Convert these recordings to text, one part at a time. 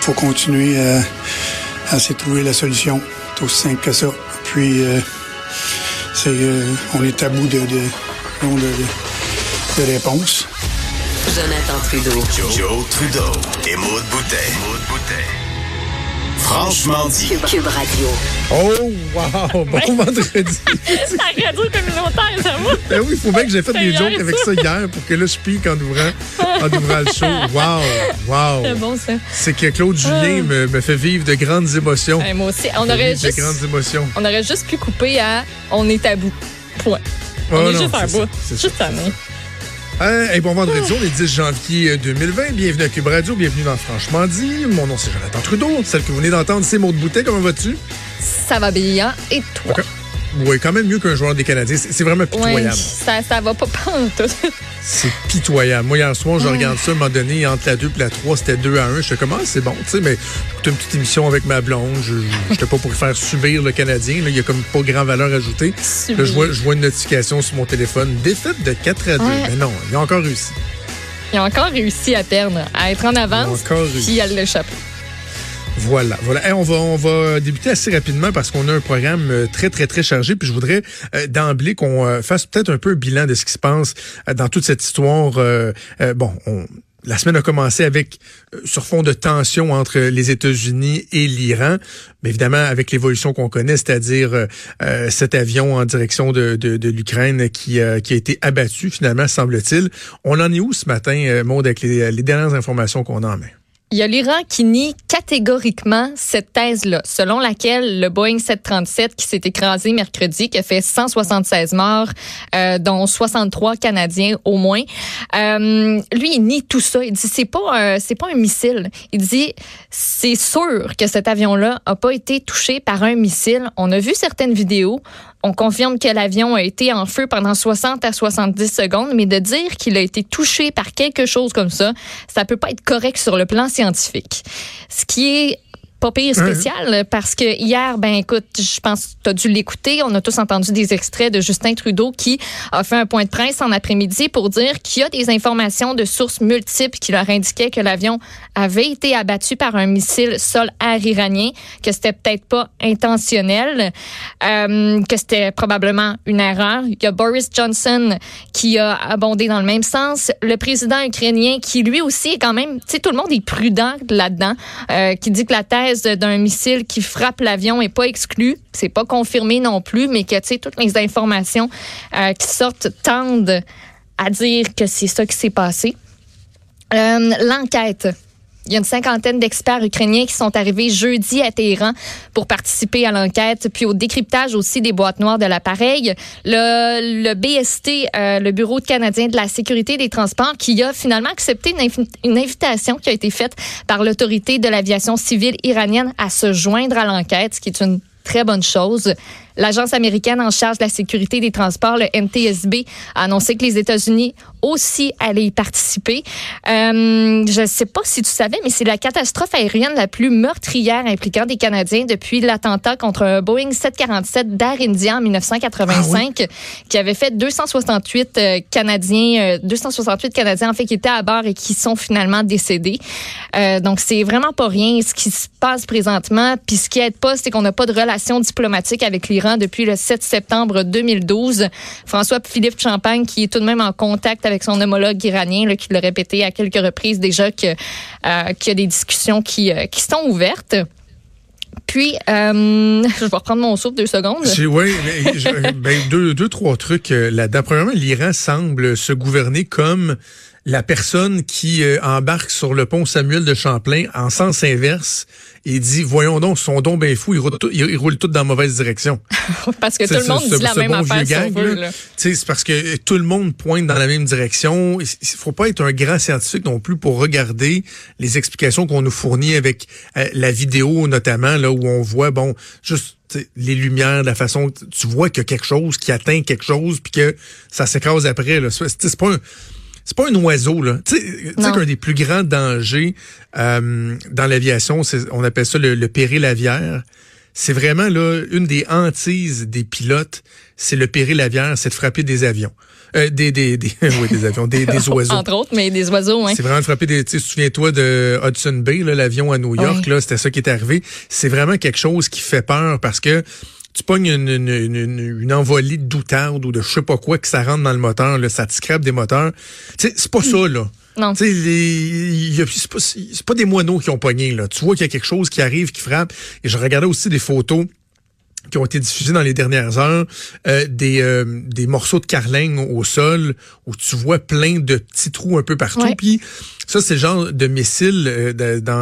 faut continuer à essayer de trouver la solution. C'est aussi simple que ça. Puis, on est à bout de réponses. Jonathan Trudeau. Joe Trudeau et Maude Boutet. Franchement dit. Cube Radio. Oh, wow! Bon vendredi! La radio communautaire, ça va? Ben oui, il faut bien que j'ai fait des jokes avec ça hier pour que là, je pique en ouvrant le show. Wow! C'est bon, ça. C'est que Claude Julien me fait vivre de grandes émotions. Moi aussi. De grandes émotions. On aurait juste pu couper à « On est à bout ». Point. On est juste à bout. Juste ça. Bon vendredi, on est 10 janvier 2020. Bienvenue à Cube Radio, bienvenue dans Franchement dit. Mon nom, c'est Jonathan Trudeau. Celle que vous venez d'entendre, c'est Maude Boutet. Comment vas-tu? Ça va bien. Et toi? Okay. Oui, quand même mieux qu'un joueur des Canadiens. C'est vraiment pitoyable. Oui, ça va pas tout. C'est pitoyable. Moi, hier soir, je regarde ça, à un moment donné, entre la 2 et la 3, c'était 2-1. Je sais comment, c'est bon, tu sais, mais j'écoutais une petite émission avec ma blonde. Je n'étais pas pour faire subir le Canadien. Là, il y a comme pas grand valeur ajoutée. Là, je vois une notification sur mon téléphone. Défaite de 4-2. Mais non, il a encore réussi. Il a encore réussi à perdre, à être en avance, puis à l'échapper. Voilà. On va débuter assez rapidement parce qu'on a un programme très, très, très chargé. Puis je voudrais d'emblée qu'on fasse peut-être un peu un bilan de ce qui se passe dans toute cette histoire. La semaine a commencé avec sur fond de tension entre les États-Unis et l'Iran. Mais évidemment, avec l'évolution qu'on connaît, c'est-à-dire cet avion en direction de l'Ukraine qui a été abattu, finalement, semble-t-il. On en est où ce matin, Maude, avec les dernières informations qu'on a en main? Il y a l'Iran qui nie catégoriquement cette thèse-là, selon laquelle le Boeing 737 qui s'est écrasé mercredi, qui a fait 176 morts, dont 63 Canadiens au moins, lui, il nie tout ça. Il dit c'est pas un missile. Il dit c'est sûr que cet avion-là a pas été touché par un missile. On a vu certaines vidéos. On confirme que l'avion a été en feu pendant 60 à 70 secondes, mais de dire qu'il a été touché par quelque chose comme ça peut pas être correct sur le plan scientifique. Ce qui est pas pire spécial, parce que hier, écoute, je pense que tu as dû l'écouter, on a tous entendu des extraits de Justin Trudeau qui a fait un point de presse en après-midi pour dire qu'il y a des informations de sources multiples qui leur indiquaient que l'avion avait été abattu par un missile sol-air iranien, que c'était peut-être pas intentionnel, que c'était probablement une erreur. Il y a Boris Johnson qui a abondé dans le même sens. Le président ukrainien qui, lui aussi, est quand même, tu sais, tout le monde est prudent là-dedans, qui dit que la thèse d'un missile qui frappe l'avion est pas exclue. C'est pas confirmé non plus, mais que, tu sais, toutes les informations qui sortent tendent à dire que c'est ça qui s'est passé. L'enquête. Il y a une cinquantaine d'experts ukrainiens qui sont arrivés jeudi à Téhéran pour participer à l'enquête, puis au décryptage aussi des boîtes noires de l'appareil. Le BST, le Bureau canadien de la sécurité des transports, qui a finalement accepté une invitation qui a été faite par l'autorité de l'aviation civile iranienne à se joindre à l'enquête, ce qui est une très bonne chose. L'agence américaine en charge de la sécurité des transports, le NTSB, a annoncé que les États-Unis aussi allaient y participer. Je ne sais pas si tu savais, mais c'est la catastrophe aérienne la plus meurtrière impliquant des Canadiens depuis l'attentat contre un Boeing 747 d'Air India en 1985, qui avait fait 268 Canadiens en fait qui étaient à bord et qui sont finalement décédés. Donc c'est vraiment pas rien ce qui se passe présentement. Puis ce qui aide pas, c'est qu'on n'a pas de relation diplomatique avec l'Iran depuis le 7 septembre 2012. François-Philippe Champagne, qui est tout de même en contact avec son homologue iranien, là, qui l'a répété à quelques reprises déjà qu'il y a des discussions qui sont ouvertes. Puis, je vais reprendre mon souffle 2 secondes. Oui, deux, trois trucs là-dedans. Premièrement, l'Iran semble se gouverner comme la personne qui embarque sur le pont Samuel de Champlain en sens inverse et dit, voyons donc, ils sont donc bien fous, ils roulent tous dans la mauvaise direction. Parce que tout le monde dit la même affaire si on veut. C'est parce que tout le monde pointe dans la même direction. Il faut pas être un grand scientifique non plus pour regarder les explications qu'on nous fournit avec la vidéo notamment, là où on voit, juste les lumières, la façon tu vois qu'il y a quelque chose qui atteint quelque chose puis que ça s'écrase après. Là. C'est pas un oiseau, là. Tu sais qu'un des plus grands dangers dans l'aviation, on appelle ça le péril aviaire. c'est vraiment là une des hantises des pilotes, c'est le péril aviaire, c'est de frapper des avions. Oui, des avions, des oiseaux. Entre autres, mais des oiseaux, hein. C'est vraiment de frapper des, tu sais, souviens-toi de Hudson Bay, là, l'avion à New York, là, c'était ça qui est arrivé. C'est vraiment quelque chose qui fait peur parce que tu pognes une envolée de doutarde ou de je sais pas quoi que ça rentre dans le moteur, là, ça te scrape des moteurs. Tu sais, c'est pas ça, là. Non. Tu sais, c'est pas des moineaux qui ont pogné, là. Tu vois qu'il y a quelque chose qui arrive, qui frappe. Et je regardais aussi des photos qui ont été diffusées dans les dernières heures, des morceaux de carlingue au sol où tu vois plein de petits trous un peu partout. Ouais. Puis ça, c'est le genre de missile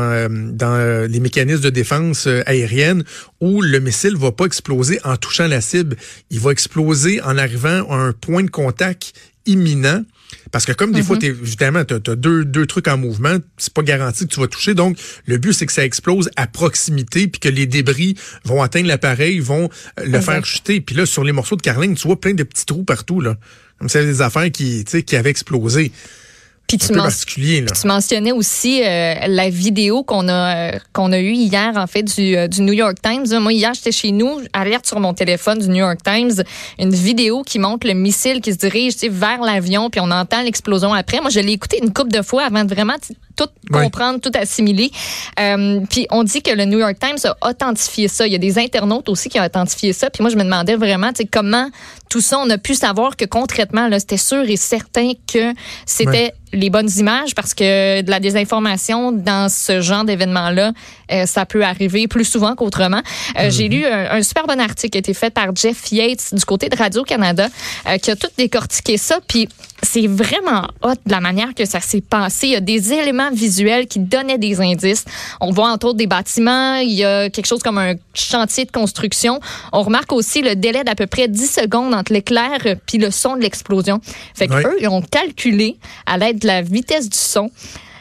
dans les mécanismes de défense aérienne où le missile va pas exploser en touchant la cible. Il va exploser en arrivant à un point de contact imminent. Parce que comme des fois, évidemment, t'as deux trucs en mouvement, c'est pas garanti que tu vas toucher. Donc, le but, c'est que ça explose à proximité puis que les débris vont atteindre l'appareil, vont le faire chuter. Puis là, sur les morceaux de carlingue, tu vois plein de petits trous partout, là. Comme ça, des affaires qui avaient explosé. Puis un peu particulier, là. Tu mentionnais aussi la vidéo qu'on a eue hier, en fait, du New York Times. Moi, hier, j'étais chez nous, alerte sur mon téléphone du New York Times, une vidéo qui montre le missile qui se dirige vers l'avion, puis on entend l'explosion après. Moi, je l'ai écouté une couple de fois avant de vraiment tout comprendre, tout assimiler. Puis on dit que le New York Times a authentifié ça. Il y a des internautes aussi qui ont authentifié ça. Puis moi, je me demandais vraiment, comment tout ça, on a pu savoir que concrètement, là, c'était sûr et certain que c'était les bonnes images, parce que de la désinformation dans ce genre d'événement-là, ça peut arriver plus souvent qu'autrement. J'ai lu un super bon article qui a été fait par Jeff Yates du côté de Radio-Canada, qui a tout décortiqué ça, puis c'est vraiment hot de la manière que ça s'est passé. Il y a des éléments visuels qui donnaient des indices. On voit entre autres des bâtiments, il y a quelque chose comme un chantier de construction. On remarque aussi le délai d'à peu près 10 secondes entre l'éclair puis le son de l'explosion. Fait qu'eux, ils ont calculé à l'aide de la vitesse du son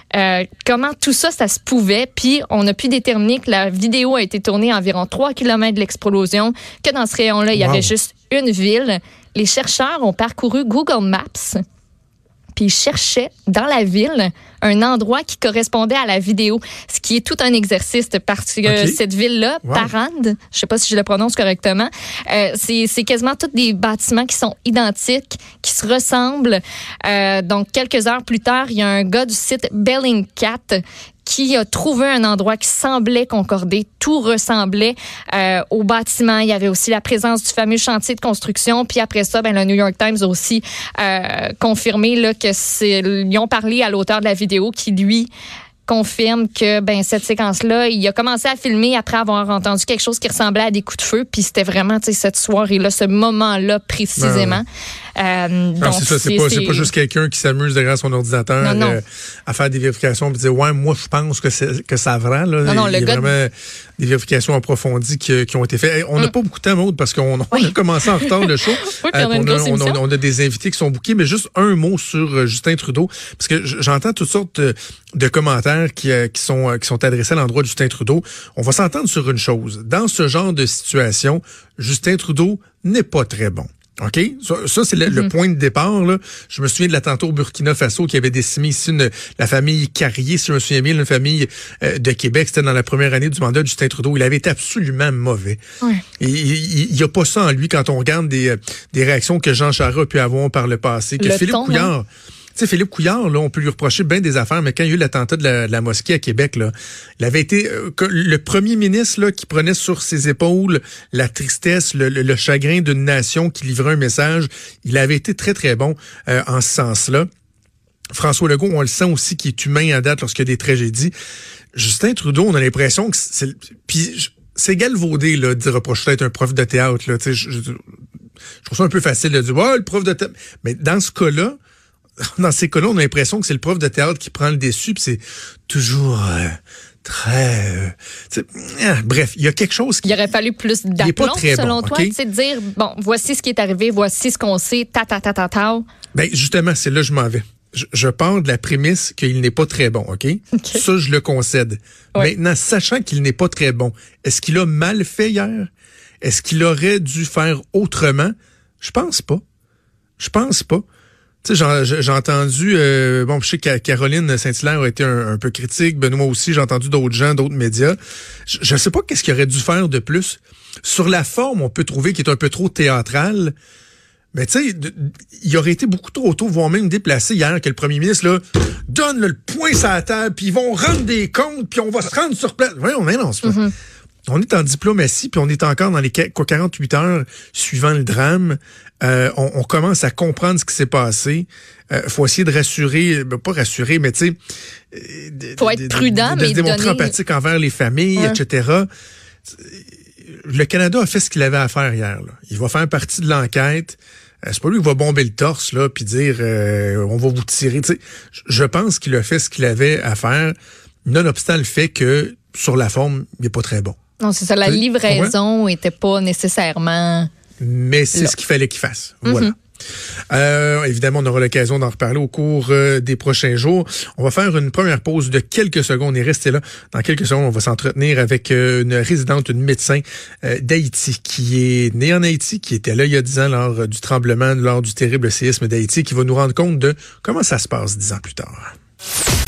comment tout ça se pouvait, puis on a pu déterminer que la vidéo a été tournée à environ 3 km de l'explosion, que dans ce rayon-là, il y avait juste une ville. Les chercheurs ont parcouru Google Maps, puis ils cherchaient dans la ville un endroit qui correspondait à la vidéo, ce qui est tout un exercice parce que cette ville-là, Parande, je sais pas si je le prononce correctement, c'est quasiment tous des bâtiments qui sont identiques, qui se ressemblent. Donc, quelques heures plus tard, il y a un gars du site Bellingcat qui a trouvé un endroit qui semblait concorder. Tout ressemblait au bâtiment. Il y avait aussi la présence du fameux chantier de construction. Puis après ça, le New York Times a aussi confirmé là, ils ont parlé à l'auteur de la vidéo qui, lui, confirme que cette séquence-là, il a commencé à filmer après avoir entendu quelque chose qui ressemblait à des coups de feu. Puis c'était vraiment cette soirée-là, ce moment-là précisément. Donc, c'est ça, c'est pas juste quelqu'un qui s'amuse derrière son ordinateur à faire des vérifications et dire moi je pense que ça vrai là. Non, il y a vraiment des vérifications approfondies qui ont été faites. On n'a pas beaucoup de temps, Maud, parce qu'on a commencé en retard le show. On a des invités qui sont bookés, mais juste un mot sur Justin Trudeau, parce que j'entends toutes sortes de commentaires qui sont adressés à l'endroit de Justin Trudeau. On va s'entendre sur une chose. Dans ce genre de situation, Justin Trudeau n'est pas très bon. OK? Ça c'est le point de départ, là. Je me souviens de l'attentat au Burkina Faso qui avait décimé ici la famille Carrier, si je me souviens bien, une famille de Québec. C'était dans la première année du mandat de Justin Trudeau. Il avait été absolument mauvais. Et il y a pas ça en lui quand on regarde des réactions que Jean Charest a pu avoir par le passé. Que Philippe Couillard... Tu sais, Philippe Couillard, là, on peut lui reprocher bien des affaires, mais quand il y a eu l'attentat de la mosquée à Québec, là, il avait été le premier ministre là qui prenait sur ses épaules la tristesse, le chagrin d'une nation qui livrait un message. Il avait été très, très bon en ce sens-là. François Legault, on le sent aussi qu'il est humain à date lorsqu'il y a des tragédies. Justin Trudeau, on a l'impression que c'est galvaudé là, de reprocher d'être un prof de théâtre. Là, je trouve ça un peu facile de dire le prof de théâtre. Mais dans ce cas-là, dans ces cas-là, on a l'impression que c'est le prof de théâtre qui prend le dessus, puis c'est toujours très... bref, il y a quelque chose qui... Il aurait fallu plus d'aplomb, selon toi, c'est de dire, voici ce qui est arrivé, voici ce qu'on sait, justement, c'est là que je m'en vais. Je pars de la prémisse qu'il n'est pas très bon, OK? Ça, je le concède. Ouais. Maintenant, sachant qu'il n'est pas très bon, est-ce qu'il a mal fait hier? Est-ce qu'il aurait dû faire autrement? Je pense pas. Tu Tu sais, j'ai entendu, je sais que Caroline Saint-Hilaire a été un peu critique, Benoît aussi, j'ai entendu d'autres gens, d'autres médias. Je sais pas qu'est-ce qu'il aurait dû faire de plus. Sur la forme, on peut trouver qu'il est un peu trop théâtral. Mais tu sais, il aurait été beaucoup trop tôt, voire même déplacé hier, que le premier ministre là donne le poing sur la table, puis ils vont rendre des comptes, puis on va se rendre sur place. Voyons, mais non, c'est pas... On est en diplomatie, puis on est encore dans les 48 heures suivant le drame. On commence à comprendre ce qui s'est passé. Faut essayer de rassurer, pas rassurer, mais tu sais... Faut être prudent, mais de se démontrer empathique envers les familles, etc. Le Canada a fait ce qu'il avait à faire hier. Là. Il va faire partie de l'enquête. C'est pas lui qui va bomber le torse là puis dire on va vous tirer. Tu sais, je pense qu'il a fait ce qu'il avait à faire, nonobstant le fait que sur la forme, il est pas très bon. Non, c'est ça. La livraison était pas nécessairement... Mais c'est ce qu'il fallait qu'il fasse. Voilà. Évidemment, on aura l'occasion d'en reparler au cours des prochains jours. On va faire une première pause de quelques secondes et restez là. Dans quelques secondes, on va s'entretenir avec une résidente, une médecin d'Haïti qui est née en Haïti, qui était là il y a 10 ans lors du tremblement, lors du terrible séisme d'Haïti, qui va nous rendre compte de comment ça se passe 10 ans plus tard.